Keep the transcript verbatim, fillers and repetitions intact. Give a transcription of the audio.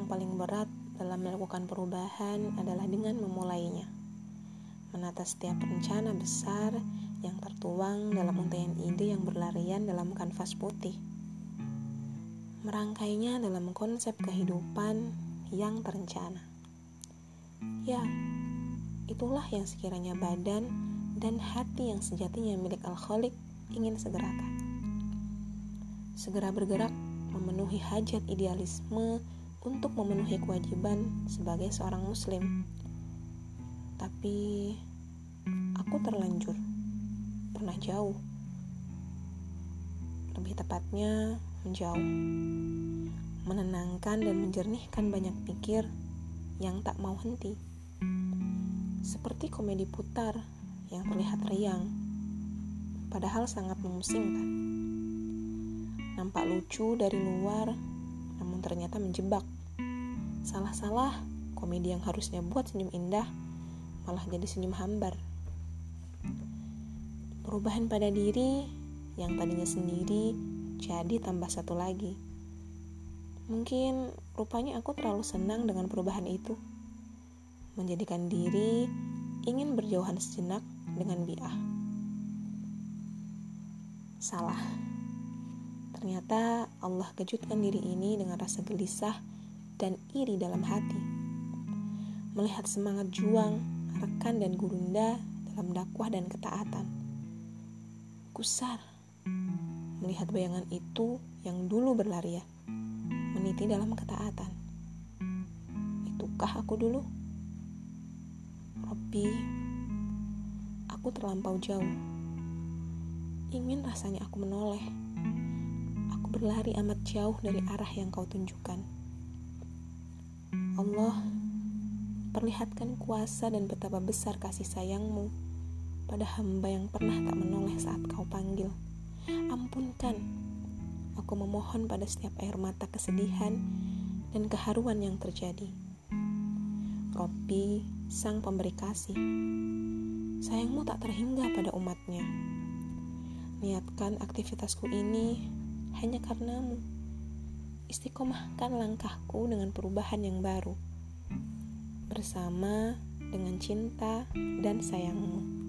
yang paling berat dalam melakukan perubahan adalah dengan memulainya. Menata setiap rencana besar yang tertuang dalam untaian ide yang berlarian dalam kanvas putih. Merangkainya dalam konsep kehidupan yang terencana. Ya, itulah yang sekiranya badan dan hati yang sejatinya milik Al-Khaliq ingin segerakan. Segera bergerak memenuhi hajat idealisme untuk memenuhi kewajiban sebagai seorang muslim. Tapi aku terlanjur, pernah jauh. Lebih tepatnya menjauh. Menenangkan dan menjernihkan banyak pikir yang tak mau henti. Seperti komedi putar yang terlihat riang, padahal sangat memusingkan. Nampak lucu dari luar, namun ternyata menjebak. Salah-salah, komedi yang harusnya buat senyum indah, malah jadi senyum hambar. Perubahan pada diri yang tadinya sendiri, jadi tambah satu lagi. Mungkin rupanya aku terlalu senang dengan perubahan itu. Menjadikan diri ingin berjauhan sejenak dengan bi'ah. Salah. Ternyata Allah kejutkan diri ini dengan rasa gelisah dan iri dalam hati. Melihat semangat juang, rekan dan gurunda dalam dakwah dan ketaatan. Gusar melihat bayangan itu yang dulu berlarian, meniti dalam ketaatan. Itukah aku dulu? Robbi, aku terlampau jauh. Ingin rasanya aku menoleh. Aku berlari amat jauh dari arah yang kau tunjukkan. Allah, perlihatkan kuasa dan betapa besar kasih sayangmu pada hamba yang pernah tak menoleh saat kau panggil. Ampunkan, aku memohon pada setiap air mata kesedihan dan keharuan yang terjadi. Robbi, sang pemberi kasih, sayangmu tak terhingga pada umatnya. Niatkan aktivitasku ini hanya karenamu. Istiqomahkan langkahku dengan perubahan yang baru, bersama dengan cinta dan sayangmu.